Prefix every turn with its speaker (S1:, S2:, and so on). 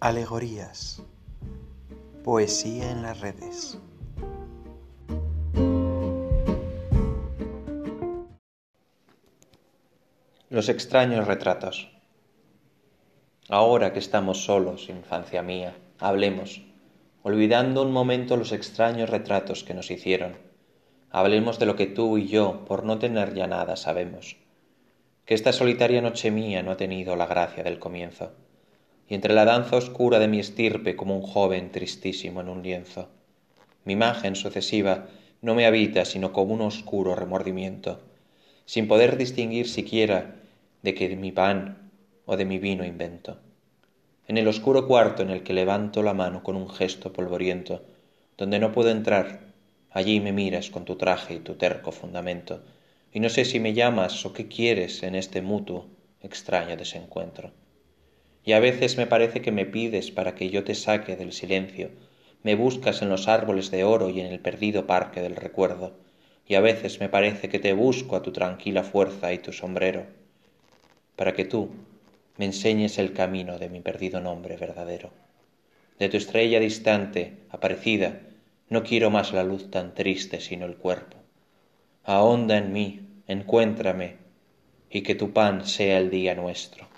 S1: Alegorías. Poesía en las redes.
S2: Los extraños retratos. Ahora que estamos solos, infancia mía, hablemos, olvidando un momento los extraños retratos que nos hicieron. Hablemos de lo que tú y yo, por no tener ya nada, sabemos. Que esta solitaria noche mía no ha tenido la gracia del comienzo, y entre la danza oscura de mi estirpe como un joven tristísimo en un lienzo. Mi imagen sucesiva no me habita sino como un oscuro remordimiento, sin poder distinguir siquiera de que de mi pan o de mi vino invento. En el oscuro cuarto en el que levanto la mano con un gesto polvoriento, donde no puedo entrar, allí me miras con tu traje y tu terco fundamento, y no sé si me llamas o qué quieres en este mutuo, extraño desencuentro. Y a veces me parece que me pides para que yo te saque del silencio, me buscas en los árboles de oro y en el perdido parque del recuerdo, y a veces me parece que te busco a tu tranquila fuerza y tu sombrero, para que tú me enseñes el camino de mi perdido nombre verdadero. De tu estrella distante, aparecida, no quiero más la luz tan triste sino el cuerpo. Ahonda en mí, encuéntrame, y que tu pan sea el día nuestro.